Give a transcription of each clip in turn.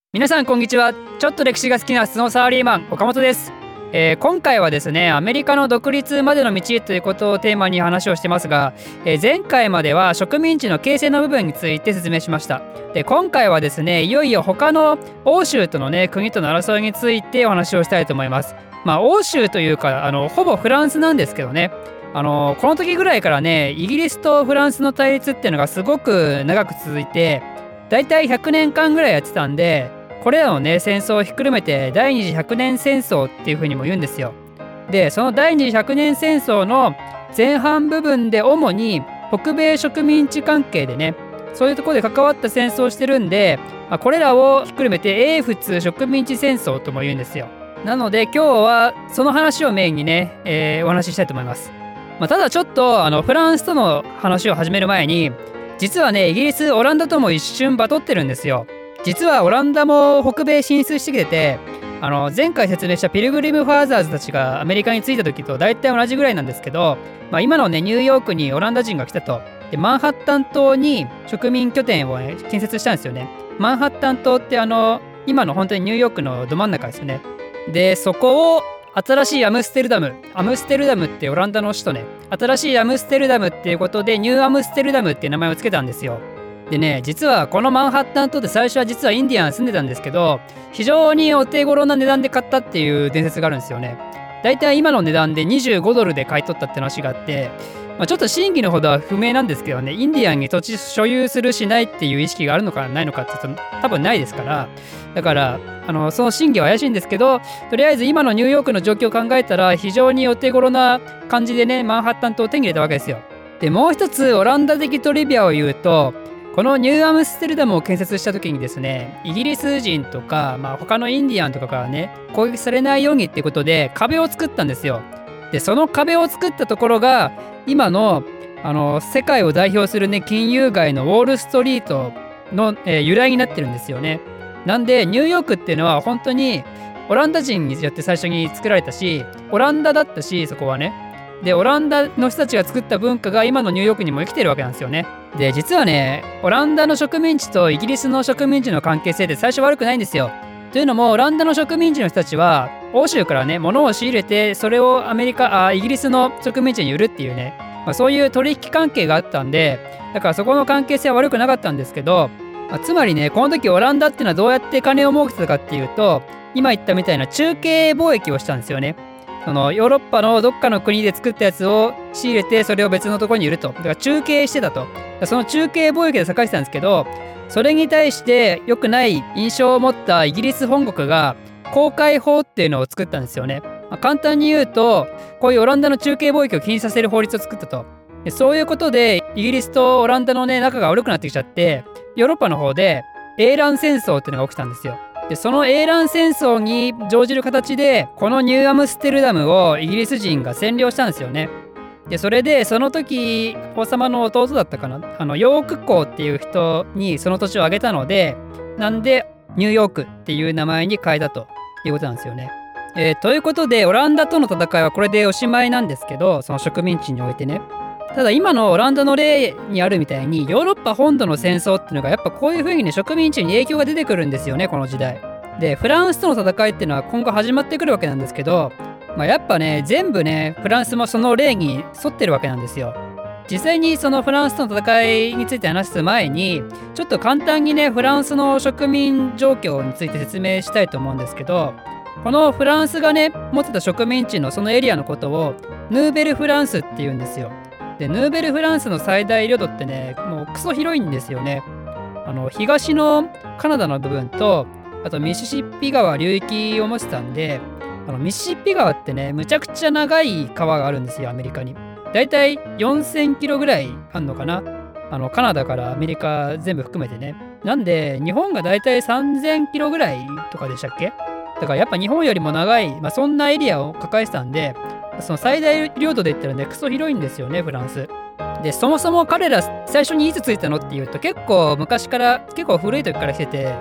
皆さんこんにちは。ちょっと歴史が好きなスノーサーリーマン岡本です。今回はですね、アメリカの独立までの道ということをテーマに話をしてますが、前回までは植民地の形成の部分について説明しました。で、今回はですね、いよいよ他の欧州とのね国との争いについてお話をしたいと思います。欧州というかほぼフランスなんですけどね、この時ぐらいからね、イギリスとフランスの対立っていうのがすごく長く続いて、だいたい100年間ぐらいやってたんで、これらのね戦争をひっくるめて第二次百年戦争っていうふうにも言うんですよ。で、その第二次百年戦争の前半部分で主に北米植民地関係でね、そういうところで関わった戦争をしてるんで、これらをひっくるめて英仏植民地戦争とも言うんですよ。なので今日はその話をメインにね、お話ししたいと思います。ただちょっとフランスとの話を始める前に、実はねイギリスオランダとも一瞬バトってるんですよ。実はオランダも北米進出してきてて、前回説明したピルグリム・ファーザーズたちがアメリカに着いた時と大体同じぐらいなんですけど、今のねニューヨークにオランダ人が来たと。で、マンハッタン島に植民拠点を、建設したんですよね。マンハッタン島って今の本当にニューヨークのど真ん中ですよね。で、そこを新しいアムステルダムってオランダの首都ね、新しいアムステルダムっていうことでニューアムステルダムっていう名前をつけたんですよ。でね、実はこのマンハッタン島で最初は実はインディアン住んでたんですけど、非常にお手頃な値段で買ったっていう伝説があるんですよね。だいたい今の値段で25ドルで買い取ったって話があって、ちょっと真偽のほどは不明なんですけどね、インディアンに土地所有するしないっていう意識があるのかないのかって言うと多分ないですから、だからその真偽は怪しいんですけど、とりあえず今のニューヨークの状況を考えたら非常にお手頃な感じでね、マンハッタン島を手に入れたわけですよ。で、もう一つオランダ的トリビアを言うと、このニューアムステルダムを建設した時にですね、イギリス人とか、他のインディアンとかからね攻撃されないようにっていうことで壁を作ったんですよ。で、その壁を作ったところが今の世界を代表するね金融街のウォールストリートの、由来になってるんですよね。なんでニューヨークっていうのは本当にオランダ人によって最初に作られたし、オランダだったし、そこはね。で、オランダの人たちが作った文化が今のニューヨークにも生きてるわけなんですよね。で、実はね、オランダの植民地とイギリスの植民地の関係性って最初悪くないんですよ。というのも、オランダの植民地の人たちは欧州からね物を仕入れて、それをイギリスの植民地に売るっていうね、そういう取引関係があったんで、だからそこの関係性は悪くなかったんですけど、つまりね、この時オランダっていうのはどうやって金を儲けてたかっていうと、今言ったみたいな中継貿易をしたんですよね。ヨーロッパのどっかの国で作ったやつを仕入れて、それを別のところに売ると。だから中継してたと。その中継貿易で栄えてたんですけど、それに対して良くない印象を持ったイギリス本国が公海法っていうのを作ったんですよね。簡単に言うと、こういうオランダの中継貿易を禁止させる法律を作ったと。で、そういうことでイギリスとオランダのね仲が悪くなってきちゃって、ヨーロッパの方で英蘭戦争っていうのが起きたんですよ。で、その英蘭戦争に乗じる形でこのニューアムステルダムをイギリス人が占領したんですよね。で、それでその時王様の弟だったかな、ヨーク公っていう人にその土地をあげたので、なんでニューヨークっていう名前に変えたということなんですよね。ということでオランダとの戦いはこれでおしまいなんですけど、その植民地においてね。ただ今のオランダの例にあるみたいに、ヨーロッパ本土の戦争っていうのがやっぱこういう風にね植民地に影響が出てくるんですよね、この時代で。フランスとの戦いっていうのは今後始まってくるわけなんですけど、やっぱね全部ねフランスもその例に沿ってるわけなんですよ。実際にそのフランスとの戦いについて話す前に、ちょっと簡単にねフランスの植民状況について説明したいと思うんですけど、このフランスがね持ってた植民地のそのエリアのことをヌーベルフランスって言うんですよ。で、ヌーベルフランスの最大領土ってねもうクソ広いんですよね。東のカナダの部分と、あとミシシッピ川流域を持ってたんで、ミシシッピ川ってねむちゃくちゃ長い川があるんですよ、アメリカに。だいたい4000キロぐらいあんのかな、カナダからアメリカ全部含めてね。なんで日本がだいたい3000キロぐらいとかでしたっけ。だからやっぱ日本よりも長い、そんなエリアを抱えてたんで、その最大領土で言ったらねクソ広いんですよね、フランス。で、そもそも彼ら最初にいつ着いたのっていうと、結構昔から、結構古い時から来てて、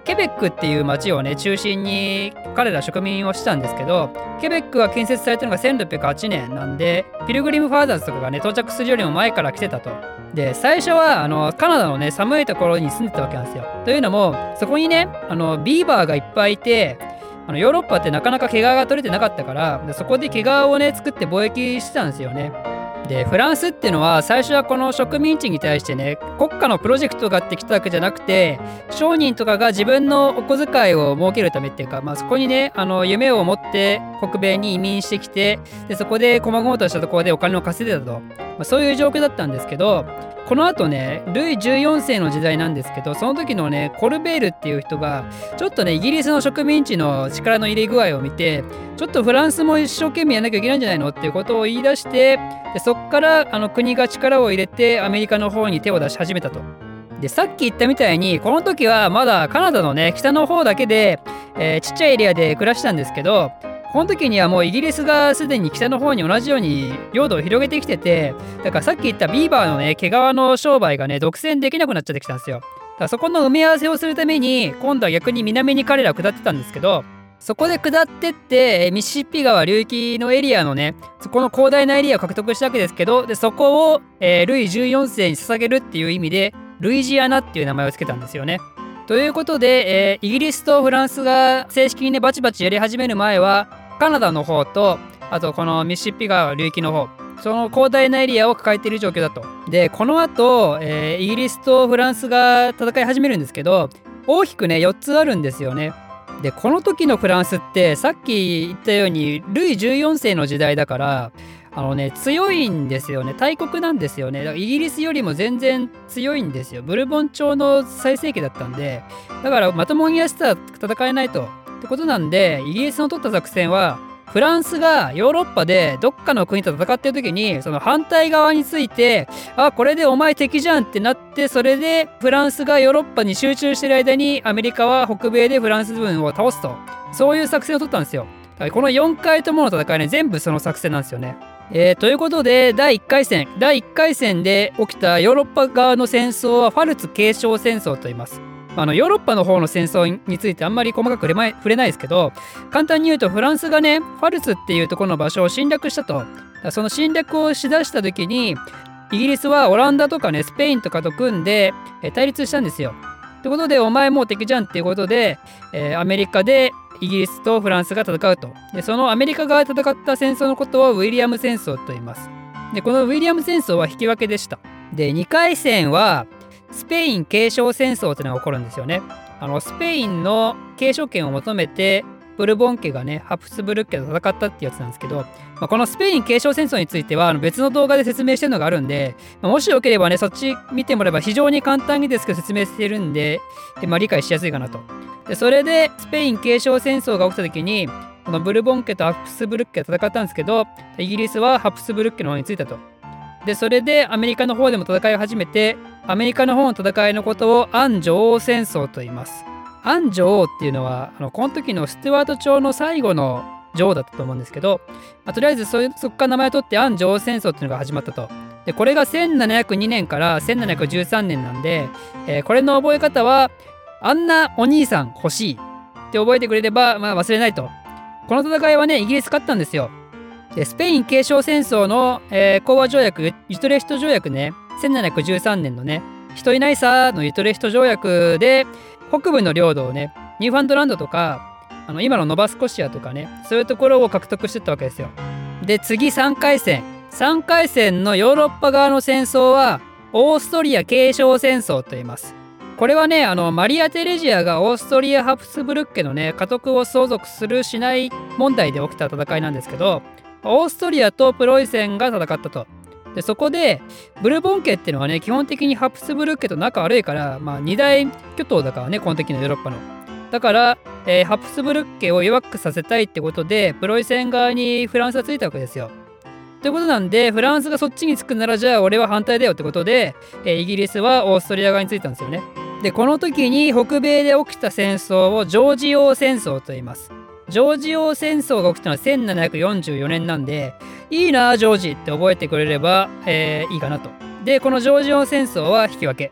ケベックっていう町をね中心に彼ら植民をしたんですけど、ケベックが建設されたのが1608年なんで、ピルグリム・ファーザーズとかがね到着するよりも前から来てたと。で最初はカナダのね寒いところに住んでたわけなんですよ。というのもそこにねビーバーがいっぱいいて、ヨーロッパってなかなか毛皮が取れてなかったから、そこで毛皮をね作って貿易してたんですよね。でフランスっていうのは最初はこの植民地に対してね国家のプロジェクトがあってきたわけじゃなくて、商人とかが自分のお小遣いを設けるためっていうか、そこにね夢を持って北米に移民してきて、でそこで細々としたところでお金を稼いでたと、そういう状況だったんですけど、この後ねルイ14世の時代なんですけど、その時のねコルベールっていう人がちょっとねイギリスの植民地の力の入れ具合を見て、ちょっとフランスも一生懸命やんなきゃいけないんじゃないのっていうことを言い出して、でそっから国が力を入れてアメリカの方に手を出し始めたと。でさっき言ったみたいにこの時はまだカナダのね北の方だけで、ちっちゃいエリアで暮らしたんですけど、この時にはもうイギリスがすでに北の方に同じように領土を広げてきてて、だからさっき言ったビーバーのね毛皮の商売がね独占できなくなっちゃってきたんですよ。だからそこの埋め合わせをするために今度は逆に南に彼ら下ってたんですけど、そこで下ってってミシシッピ川流域のエリアのねそこの広大なエリアを獲得したわけですけど、でそこを、ルイ14世に捧げるっていう意味でルイジアナっていう名前を付けたんですよね。ということで、イギリスとフランスが正式にねバチバチやり始める前はカナダの方と、あとこのミシシッピ川流域の方、その広大なエリアを抱えている状況だと。でこの後、イギリスとフランスが戦い始めるんですけど、大きくね4つあるんですよね。でこの時のフランスってさっき言ったようにルイ14世の時代だから、強いんですよね。大国なんですよね。だからイギリスよりも全然強いんですよ。ブルボン朝の最盛期だったんで、だからまともにやってたら戦えないと。ってことなんで、イギリスの取った作戦はフランスがヨーロッパでどっかの国と戦ってる時にその反対側について、これでお前敵じゃんってなって、それでフランスがヨーロッパに集中してる間にアメリカは北米でフランス軍を倒すと、そういう作戦を取ったんですよ。だからこの4回ともの戦いね全部その作戦なんですよね。ということで第1回戦で起きたヨーロッパ側の戦争はファルツ継承戦争と言います。ヨーロッパの方の戦争についてあんまり細かく触れないですけど、簡単に言うとフランスがねファルツっていうところの場所を侵略したと。その侵略をしだした時にイギリスはオランダとかねスペインとかと組んで対立したんですよ。ということでお前もう敵じゃんっていうことで、アメリカでイギリスとフランスが戦うと。でそのアメリカが戦った戦争のことをウィリアム戦争と言います。でこのウィリアム戦争は引き分けでした。で2回戦はスペイン継承戦争っていうのが起こるんですよね。スペインの継承権を求めてブルボン家がねハプスブルク家と戦ったってやつなんですけど、このスペイン継承戦争については別の動画で説明してるのがあるんで、もしよければねそっち見てもらえば非常に簡単にですけど説明してるんで、理解しやすいかなと。でそれでスペイン継承戦争が起きた時にこのブルボン家とハプスブルク家が戦ったんですけど、イギリスはハプスブルク家の方についたと。でそれでアメリカの方でも戦いを始めて、アメリカの方の戦いのことをアン女王戦争と言います。アン女王っていうのはこの時のスチュワート朝の最後の女王だったと思うんですけど、とりあえずそこから名前を取ってアン女王戦争っていうのが始まったと。でこれが1702年から1713年なんで、これの覚え方はあんなお兄さん欲しいって覚えてくれれば忘れないと。この戦いはねイギリス勝ったんですよ。でスペイン継承戦争の、講和条約ユトレヒト条約ね、1713年のね人いないさのユトレヒト条約で北部の領土をねニューファンドランドとか今のノバスコシアとかねそういうところを獲得してったわけですよ。で次3回戦のヨーロッパ側の戦争はオーストリア継承戦争と言います。これはねマリア・テレジアがオーストリア・ハプスブルク家のね家督を相続するしない問題で起きた戦いなんですけど、オーストリアとプロイセンが戦ったと。でそこでブルボン家っていうのはね基本的にハプスブルク家と仲悪いから、二大巨頭だからねこの時のヨーロッパの。だから、ハプスブルク家を弱くさせたいってことでプロイセン側にフランスがついたわけですよ。ということなんでフランスがそっちにつくならじゃあ俺は反対だよってことで、イギリスはオーストリア側についたんですよね。でこの時に北米で起きた戦争をジョージ王戦争と言います。ジョージ王戦争が起きたのは1744年なんで、いいなジョージって覚えてくれれば、いいかなと。でこのジョージ王戦争は引き分け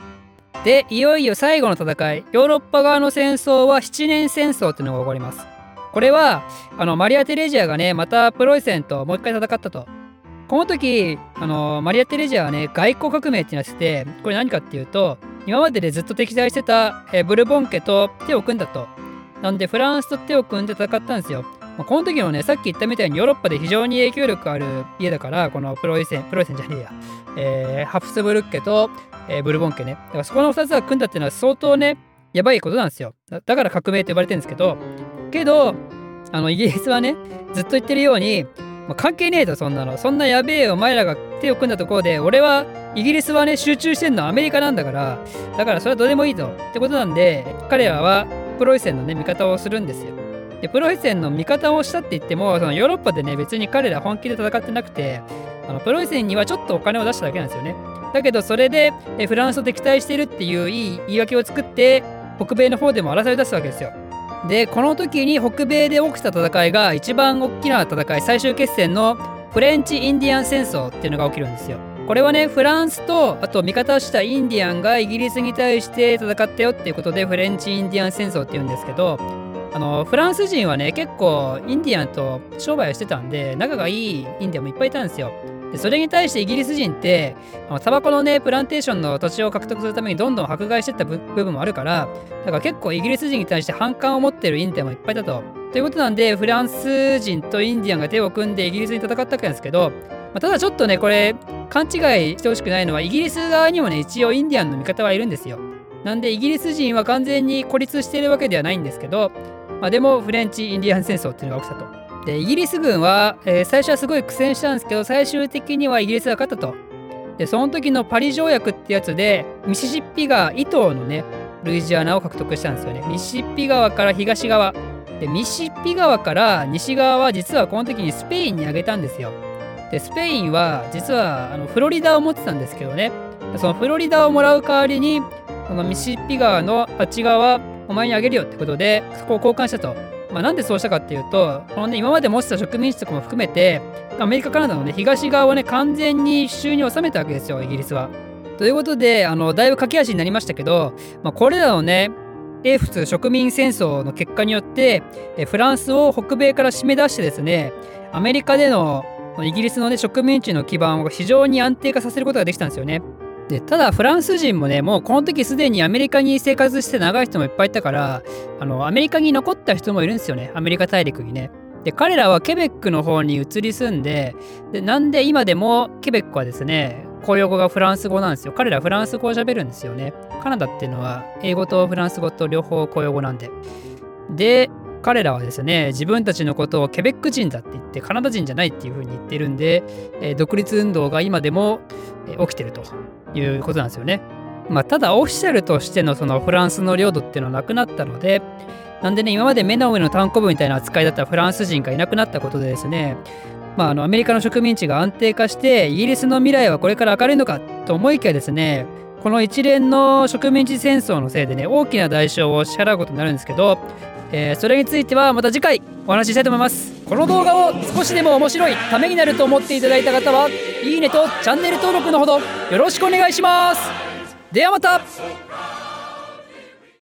でいよいよ最後の戦い、ヨーロッパ側の戦争は7年戦争っていうのが起こります。これはマリア・テレジアがねまたプロイセンともう一回戦ったと。この時マリア・テレジアはね外交革命ってなってて、これ何かっていうと、今まででずっと敵対してたブルボン家と手を組んだと。なんでフランスと手を組んで戦ったんですよ。この時のね、さっき言ったみたいにヨーロッパで非常に影響力ある家だから、このプロイセンじゃねえや、ハプスブルク家と、ブルボン家ね。だからそこの2つが組んだっていうのは相当ね、やばいことなんですよ。だから革命って呼ばれてるんですけど、イギリスはね、ずっと言ってるように、関係ねえと、そんなやべえお前らが手を組んだところで、イギリスはね、集中してんのはアメリカなんだから、だからそれはどうでもいいと。ってことなんで、彼らはプロイセンのね、味方をするんですよ。でプロイセンの味方をしたって言っても、そのヨーロッパでね別に彼ら本気で戦ってなくて、プロイセンにはちょっとお金を出しただけなんですよね。だけどそれでフランスと敵対してるっていういい言い訳を作って北米の方でも争い出すわけですよ。でこの時に北米で起きた戦いが一番大きな戦い、最終決戦のフレンチ・インディアン戦争っていうのが起きるんですよ。これはねフランスとあと味方したインディアンがイギリスに対して戦ったよっていうことでフレンチ・インディアン戦争っていうんですけど、フランス人はね結構インディアンと商売をしてたんで仲がいいインディアンもいっぱいいたんですよ。でそれに対してイギリス人ってタバコのねプランテーションの土地を獲得するためにどんどん迫害していった部分もあるから、だから結構イギリス人に対して反感を持ってるインディアンもいっぱいいたと。ということなんでフランス人とインディアンが手を組んでイギリスに戦ったわけなんですけど、ただちょっとねこれ勘違いしてほしくないのは、イギリス側にもね一応インディアンの味方はいるんですよ。なんでイギリス人は完全に孤立しているわけではないんですけど、でもフレンチ・インディアン戦争っていうのが起きたと。でイギリス軍は、最初はすごい苦戦したんですけど、最終的にはイギリスが勝ったと。でその時のパリ条約ってやつでミシシッピ川以東のねルイジアナを獲得したんですよね。ミシシッピ川から東側で、ミシシッピ川から西側は実はこの時にスペインにあげたんですよ。でスペインは実はフロリダを持ってたんですけどね、そのフロリダをもらう代わりにこのミシシッピ川のあっち側お前にあげるよってことでそこを交換したと。なんでそうしたかっていうと、このね今まで持ってた植民地とかも含めてアメリカカナダのね東側をね完全に手中に収めたわけですよイギリスは。ということでだいぶ駆け足になりましたけど、これらのね英仏植民戦争の結果によってフランスを北米から締め出してですね、アメリカでのイギリスのね植民地の基盤を非常に安定化させることができたんですよね。でただフランス人もねもうこの時すでにアメリカに生活して長い人もいっぱいいたから、アメリカに残った人もいるんですよね、アメリカ大陸にね。で彼らはケベックの方に移り住んで、なんで今でもケベックはですね公用語がフランス語なんですよ。彼らフランス語を喋るんですよね。カナダっていうのは英語とフランス語と両方公用語なんで。で彼らはですね自分たちのことをケベック人だって言ってカナダ人じゃないっていう風に言ってるんで、独立運動が今でも起きてるということなんですよね。ただオフィシャルとしてのそのフランスの領土っていうのはなくなったので、なんでね今まで目の上の単行部みたいな扱いだったフランス人がいなくなったことでですね、アメリカの植民地が安定化してイギリスの未来はこれから明るいのかと思いきやですね、この一連の植民地戦争のせいでね大きな代償を支払うことになるんですけど、それについてはまた次回お話ししたいと思います。この動画を少しでも面白いためになると思っていただいた方はいいねとチャンネル登録のほどよろしくお願いします。ではまた。